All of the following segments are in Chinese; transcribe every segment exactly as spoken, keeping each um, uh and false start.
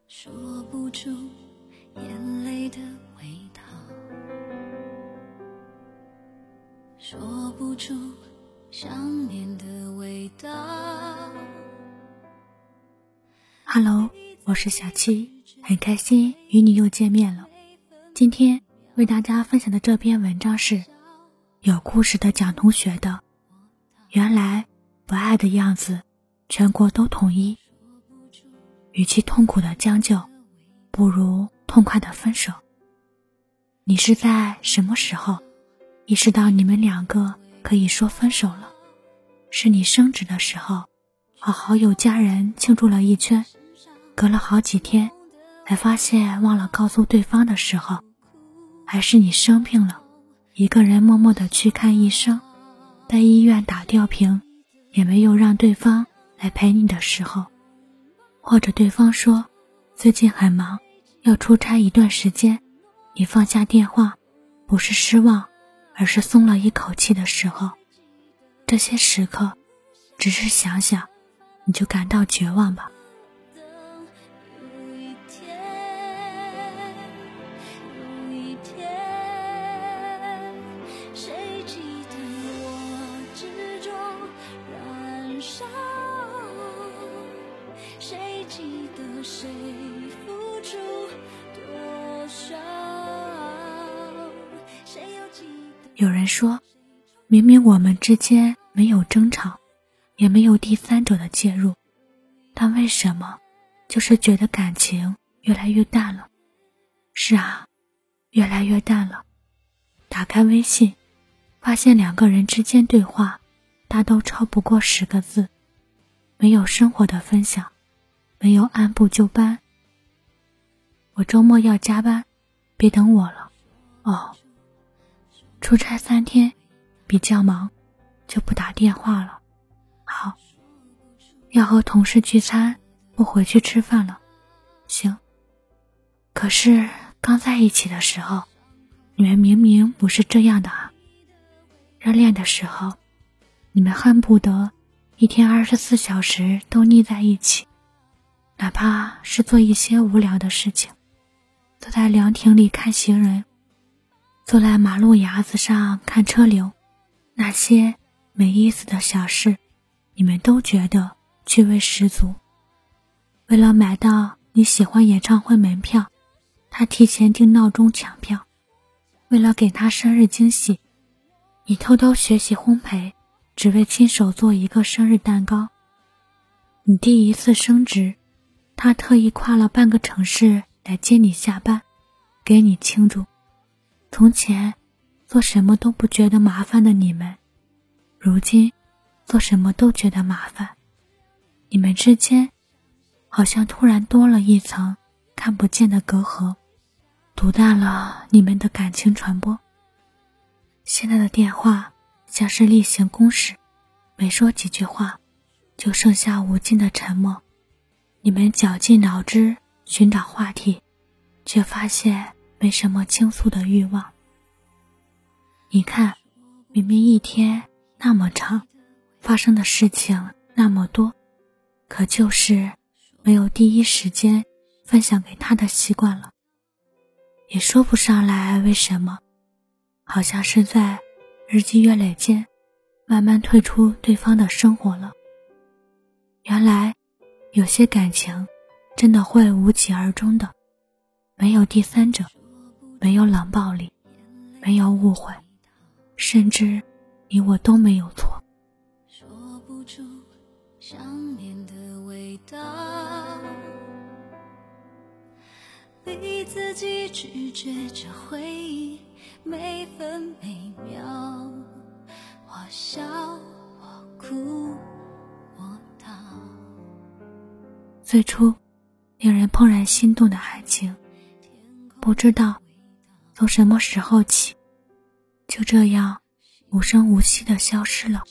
说不出眼泪的味道，说不出想念的味道。 Hello， 我是小七，很开心与你又见面了。今天为大家分享的这篇文章是有故事的蒋同学的原来不爱的样子全国都统一，与其痛苦的将就，不如痛快的分手。你是在什么时候意识到你们两个可以说分手了？是你升职的时候，和好友家人庆祝了一圈，隔了好几天才发现忘了告诉对方的时候？还是你生病了，一个人默默地去看医生，在医院打吊瓶也没有让对方来陪你的时候？或者对方说最近很忙，要出差一段时间，你放下电话，不是失望，而是松了一口气的时候？这些时刻只是想想你就感到绝望吧。 谁记得谁付出多少？谁又记得？ 有人说，明明我们之间没有争吵，也没有第三者的介入，但为什么就是觉得感情越来越淡了？是啊，越来越淡了。打开微信，发现两个人之间对话大都超不过十个字，没有生活的分享，没有按部就班。我周末要加班，别等我了。哦，出差三天，比较忙，就不打电话了。好，要和同事聚餐，不回去吃饭了。行。可是刚在一起的时候，你们明明不是这样的啊。热恋的时候，你们恨不得一天二十四小时都腻在一起，哪怕是做一些无聊的事情，坐在凉亭里看行人，坐在马路牙子上看车流，那些没意思的小事，你们都觉得趣味十足。为了买到你喜欢演唱会门票，他提前订闹钟抢票。为了给他生日惊喜，你偷偷学习烘焙，只为亲手做一个生日蛋糕。你第一次升职，他特意跨了半个城市来接你下班，给你庆祝。从前做什么都不觉得麻烦的你们，如今做什么都觉得麻烦。你们之间好像突然多了一层看不见的隔阂，阻断了你们的感情传播。现在的电话像是例行公事，没说几句话就剩下无尽的沉默。你们绞尽脑汁寻找话题，却发现没什么倾诉的欲望。你看，明明一天那么长，发生的事情那么多，可就是没有第一时间分享给他的习惯了。也说不上来为什么，好像是在日积月累间慢慢退出对方的生活了。原来有些感情真的会无疾而终的，没有第三者，没有冷暴力，没有误会，甚至你我都没有错。 说不出想念的味道，逼自己拒绝这回忆，每分每秒，我笑我哭我逃。 最初令人怦然心动的爱情，不知道从什么时候起，就这样无声无息地消失了。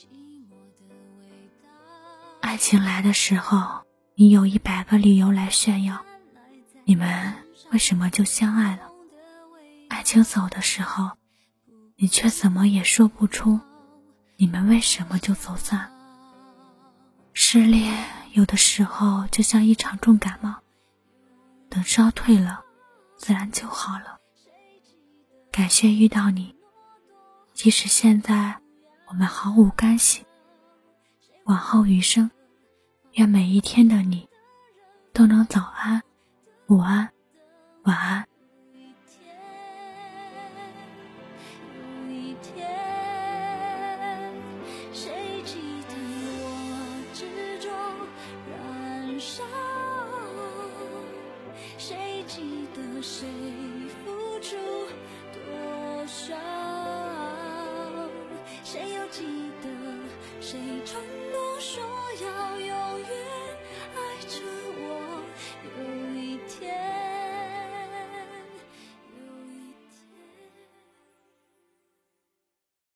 爱情来的时候，你有一百个理由来炫耀，你们为什么就相爱了？爱情走的时候，你却怎么也说不出你们为什么就走散。失恋有的时候就像一场重感冒，等等烧退了，自然就好了。感谢遇到你，即使现在我们毫无干系，往后余生，愿每一天的你都能早安、午安、晚安。 有一天，谁记得我执着燃烧？谁记得谁付出多少？谁又记得